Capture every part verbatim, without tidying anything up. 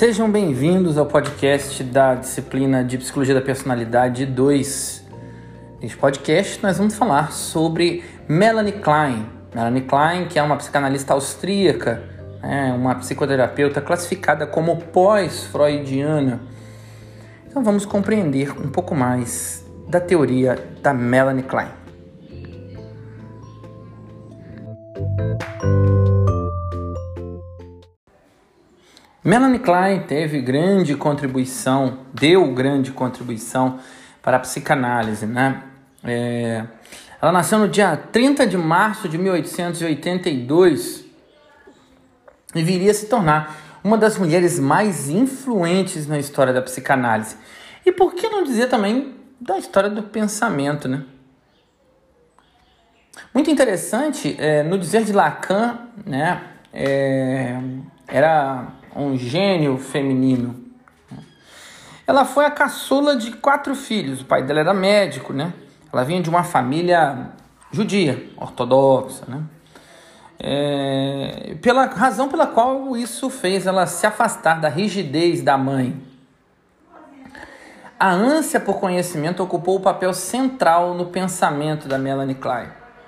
Sejam bem-vindos ao podcast da disciplina de Psicologia da Personalidade dois. Neste podcast nós vamos falar sobre Melanie Klein. Melanie Klein, que é uma psicanalista austríaca, né, uma psicoterapeuta classificada como pós-freudiana. Então vamos compreender um pouco mais da teoria da Melanie Klein. Melanie Klein teve grande contribuição, deu grande contribuição para a psicanálise, né? É, ela nasceu no dia trinta de março de mil oitocentos e oitenta e dois e viria a se tornar uma das mulheres mais influentes na história da psicanálise. E por que não dizer também da história do pensamento, né? Muito interessante, é, no dizer de Lacan, né? É, era um gênio feminino. Ela foi a caçula de quatro filhos. O pai dela era médico, né? Ela vinha de uma família judia, ortodoxa, né? É, pela razão pela qual isso fez ela se afastar da rigidez da mãe. A ânsia por conhecimento ocupou o papel central no pensamento da Melanie Klein.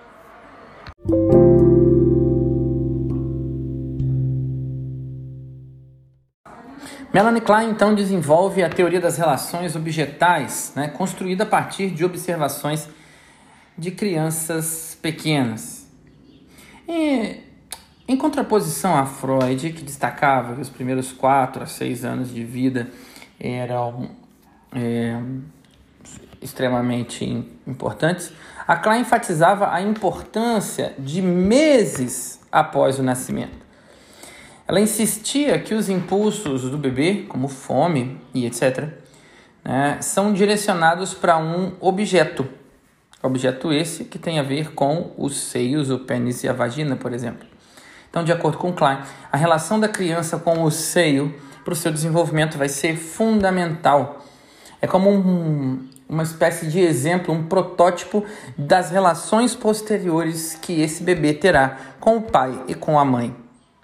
Melanie Klein, então, desenvolve a teoria das relações objetais, né, construída a partir de observações de crianças pequenas. E, em contraposição a Freud, que destacava que os primeiros quatro a seis anos de vida eram é, extremamente importantes, a Klein enfatizava a importância de meses após o nascimento. Ela insistia que os impulsos do bebê, como fome e etcétera, né, são direcionados para um objeto. Objeto esse que tem a ver com os seios, o pênis e a vagina, por exemplo. Então, de acordo com Klein, a relação da criança com o seio para o seu desenvolvimento vai ser fundamental. É como um, uma espécie de exemplo, um protótipo das relações posteriores que esse bebê terá com o pai e com a mãe.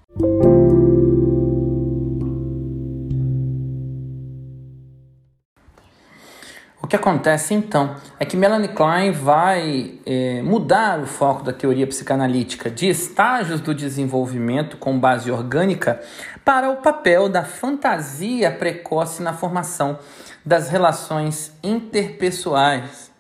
O que acontece então é que Melanie Klein vai é, mudar o foco da teoria psicanalítica de estágios do desenvolvimento com base orgânica para o papel da fantasia precoce na formação das relações interpessoais.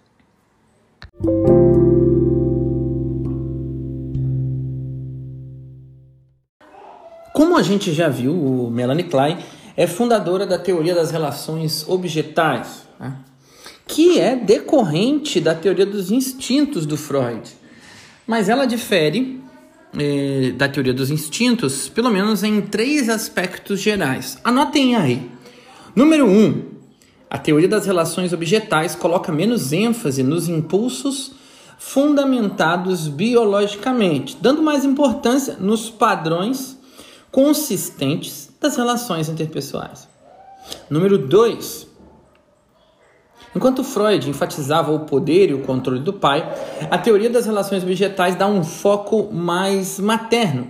Como a gente já viu, o Melanie Klein é fundadora da teoria das relações objetais, né, que é decorrente da teoria dos instintos do Freud. Mas ela difere eh, da teoria dos instintos, pelo menos em três aspectos gerais. Anotem aí. Número um, a teoria das relações objetais coloca menos ênfase nos impulsos fundamentados biologicamente, dando mais importância nos padrões consistentes das relações interpessoais. Número dois, enquanto Freud enfatizava o poder e o controle do pai, a teoria das relações objetais dá um foco mais materno,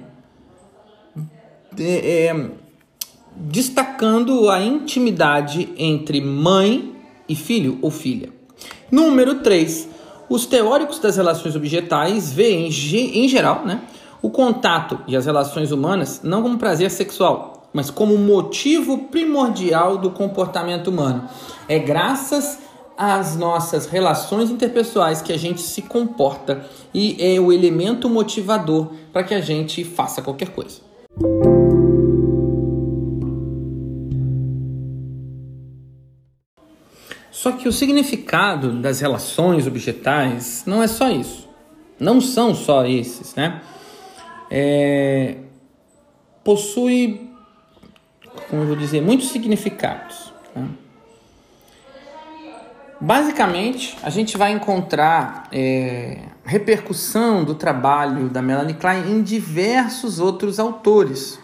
é, é, destacando a intimidade entre mãe e filho ou filha. Número três, os teóricos das relações objetais veem, em geral, né, o contato e as relações humanas não como prazer sexual, mas como motivo primordial do comportamento humano. É graças às nossas relações interpessoais que a gente se comporta e é o elemento motivador para que a gente faça qualquer coisa. Só que o significado das relações objetais não é só isso. Não são só esses, né? É, possui, como eu vou dizer, muitos significados, né? Basicamente, a gente vai encontrar é, repercussão do trabalho da Melanie Klein em diversos outros autores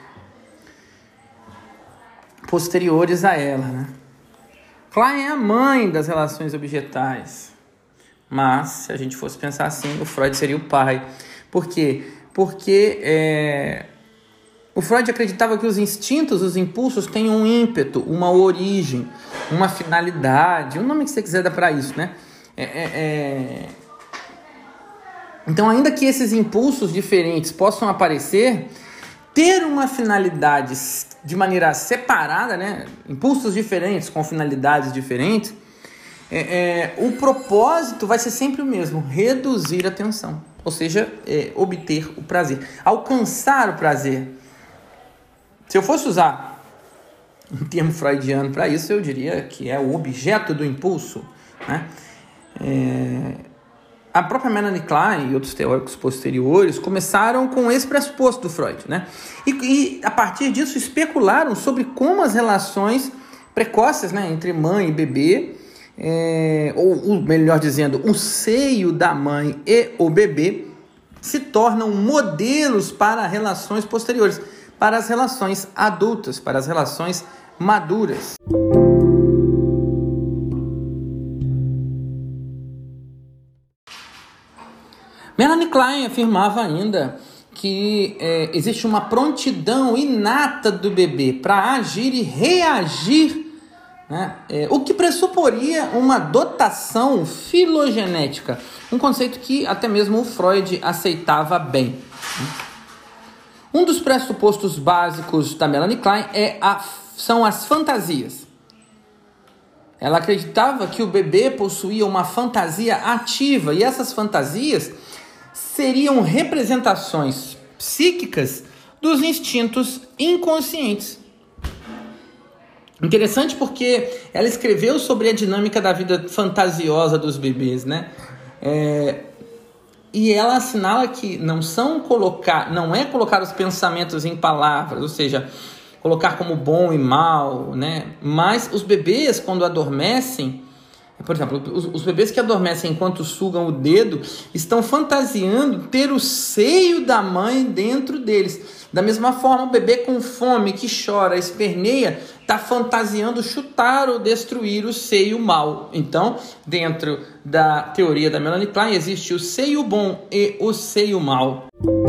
posteriores a ela, né? Klein é a mãe das relações objetais, mas, se a gente fosse pensar assim, o Freud seria o pai. Por quê? Porque é, O Freud acreditava que os instintos, os impulsos têm um ímpeto, uma origem, uma finalidade, o nome que você quiser dar para isso, né? É, é, é... Então, ainda que esses impulsos diferentes possam aparecer, ter uma finalidade de maneira separada, né? Impulsos diferentes com finalidades diferentes, é, é, o propósito vai ser sempre o mesmo, reduzir a tensão, ou seja, é, obter o prazer, alcançar o prazer. Se eu fosse usar um termo freudiano para isso, eu diria que é o objeto do impulso, né? É, a própria Melanie Klein e outros teóricos posteriores começaram com esse pressuposto do Freud, né? E, e a partir disso especularam sobre como as relações precoces, né, entre mãe e bebê, é, ou, ou melhor dizendo, o seio da mãe e o bebê se tornam modelos para relações posteriores, para as relações adultas, para as relações maduras. Melanie Klein afirmava ainda que é, existe uma prontidão inata do bebê para agir e reagir, né? É, o que pressuporia uma dotação filogenética, um conceito que até mesmo o Freud aceitava bem. Um dos pressupostos básicos da Melanie Klein é a, são as fantasias. Ela acreditava que o bebê possuía uma fantasia ativa e essas fantasias seriam representações psíquicas dos instintos inconscientes. Interessante porque ela escreveu sobre a dinâmica da vida fantasiosa dos bebês, né? É, e ela assinala que não, são colocar, não é colocar os pensamentos em palavras, ou seja, colocar como bom e mal, né? Mas os bebês, quando adormecem, por exemplo, os, os bebês que adormecem enquanto sugam o dedo estão fantasiando ter o seio da mãe dentro deles. Da mesma forma, o bebê com fome que chora, esperneia, está fantasiando chutar ou destruir o seio mau. Então, dentro da teoria da Melanie Klein, existe o seio bom e o seio mau.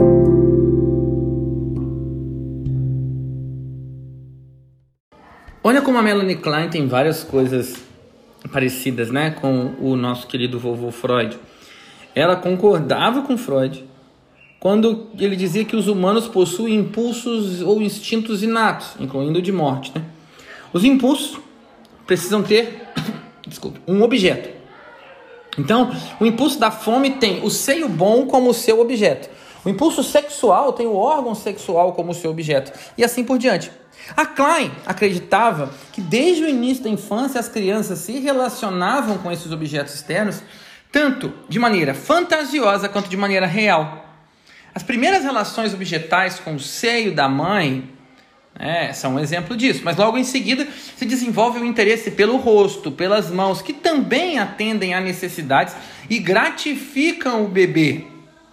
Olha como a Melanie Klein tem várias coisas parecidas, né, com o nosso querido vovô Freud. Ela concordava com Freud quando ele dizia que os humanos possuem impulsos ou instintos inatos, incluindo o de morte, né? Os impulsos precisam ter desculpa, um objeto. Então, o impulso da fome tem o seio bom como seu objeto. O impulso sexual tem o órgão sexual como seu objeto. E assim por diante. A Klein acreditava que desde o início da infância as crianças se relacionavam com esses objetos externos tanto de maneira fantasiosa quanto de maneira real. As primeiras relações objetais com o seio da mãe, né, são um exemplo disso, mas logo em seguida se desenvolve o interesse pelo rosto, pelas mãos, que também atendem a necessidades e gratificam o bebê.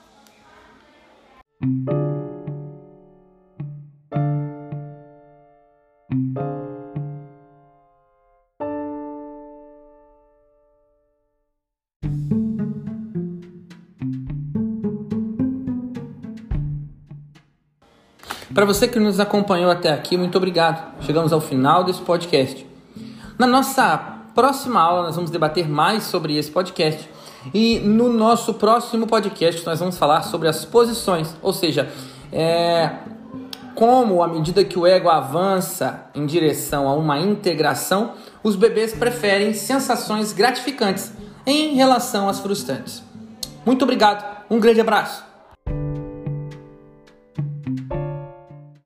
Para você que nos acompanhou até aqui, muito obrigado. Chegamos ao final desse podcast. Na nossa próxima aula, nós vamos debater mais sobre esse podcast. E no nosso próximo podcast, nós vamos falar sobre as posições. Ou seja, é, como à medida que o ego avança em direção a uma integração, os bebês preferem sensações gratificantes em relação às frustrantes. Muito obrigado. Um grande abraço.